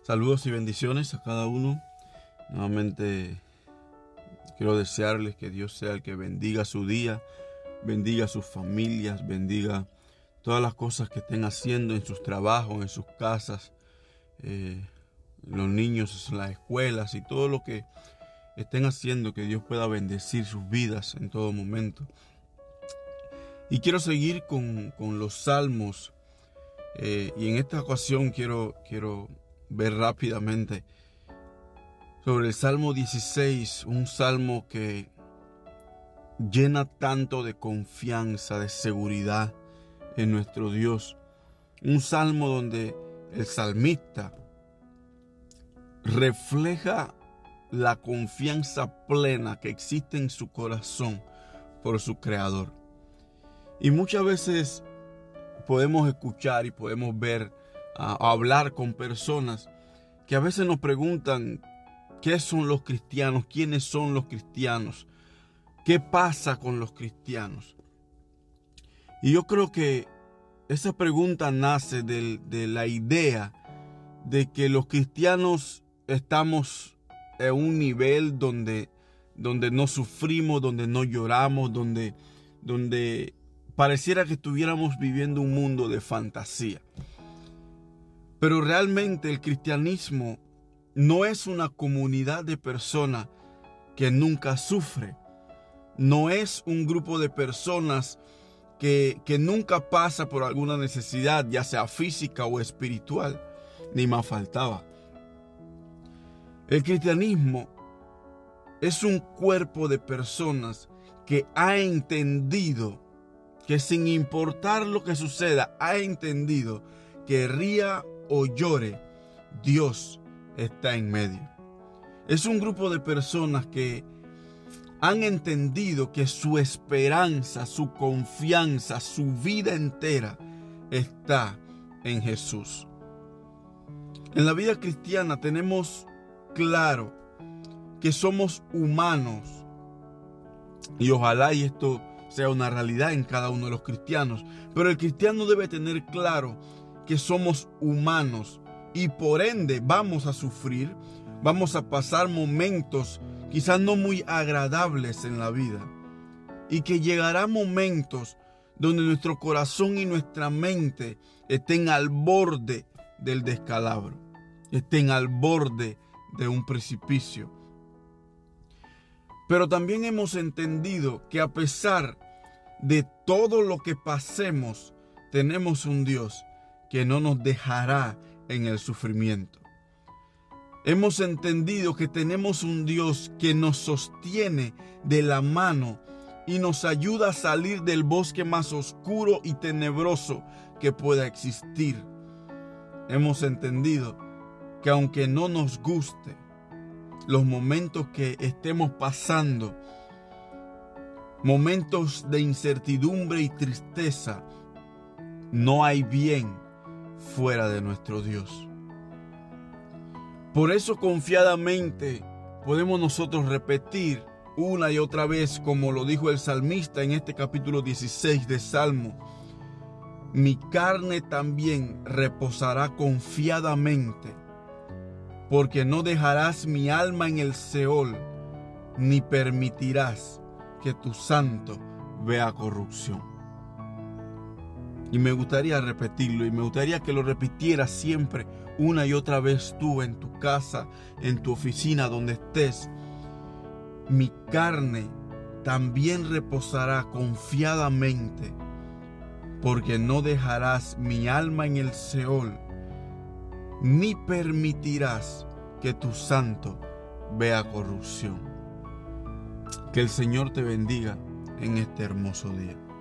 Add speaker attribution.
Speaker 1: Saludos y bendiciones a cada uno. Nuevamente quiero desearles que Dios sea el que bendiga su día, bendiga sus familias, bendiga todas las cosas que estén haciendo en sus trabajos, en sus casas, los niños en las escuelas y todo lo que estén haciendo, que Dios pueda bendecir sus vidas en todo momento. Y quiero seguir con los salmos y en esta ocasión quiero ver rápidamente sobre el Salmo 16, un salmo que llena tanto de confianza, de seguridad en nuestro Dios. Un salmo donde el salmista refleja la confianza plena que existe en su corazón por su Creador. Y muchas veces podemos escuchar y podemos ver, hablar con personas que a veces nos preguntan qué son los cristianos, quiénes son los cristianos, qué pasa con los cristianos. Y yo creo que esa pregunta nace de la idea de que los cristianos estamos en un nivel donde no sufrimos, donde no lloramos, donde pareciera que estuviéramos viviendo un mundo de fantasía. Pero realmente el cristianismo no es una comunidad de personas que nunca sufre. No es un grupo de personas que nunca pasa por alguna necesidad, ya sea física o espiritual. Ni más faltaba. El cristianismo es un cuerpo de personas que ha entendido que sin importar lo que suceda, ha entendido que ría o llore, Dios está en medio. Es un grupo de personas que han entendido que su esperanza, su confianza, su vida entera está en Jesús. En la vida cristiana tenemos claro que somos humanos y ojalá y esto sea una realidad en cada uno de los cristianos, pero el cristiano debe tener claro que somos humanos y por ende vamos a sufrir, vamos a pasar momentos quizás no muy agradables en la vida y que llegará momentos donde nuestro corazón y nuestra mente estén al borde del descalabro, estén al borde de un precipicio. Pero también hemos entendido que a pesar de todo lo que pasemos, tenemos un Dios que no nos dejará en el sufrimiento. Hemos entendido que tenemos un Dios que nos sostiene de la mano y nos ayuda a salir del bosque más oscuro y tenebroso que pueda existir. Hemos entendido que aunque no nos guste los momentos que estemos pasando, momentos de incertidumbre y tristeza, no hay bien fuera de nuestro Dios. Por eso confiadamente podemos nosotros repetir una y otra vez, como lo dijo el salmista en este capítulo 16 de Salmo: mi carne también reposará confiadamente, porque no dejarás mi alma en el Seol, ni permitirás que tu santo vea corrupción. Y me gustaría repetirlo, y me gustaría que lo repitieras siempre, una y otra vez tú, en tu casa, en tu oficina, donde estés. Mi carne también reposará confiadamente, porque no dejarás mi alma en el Seol, ni permitirás que tu santo vea corrupción. Que el Señor te bendiga en este hermoso día.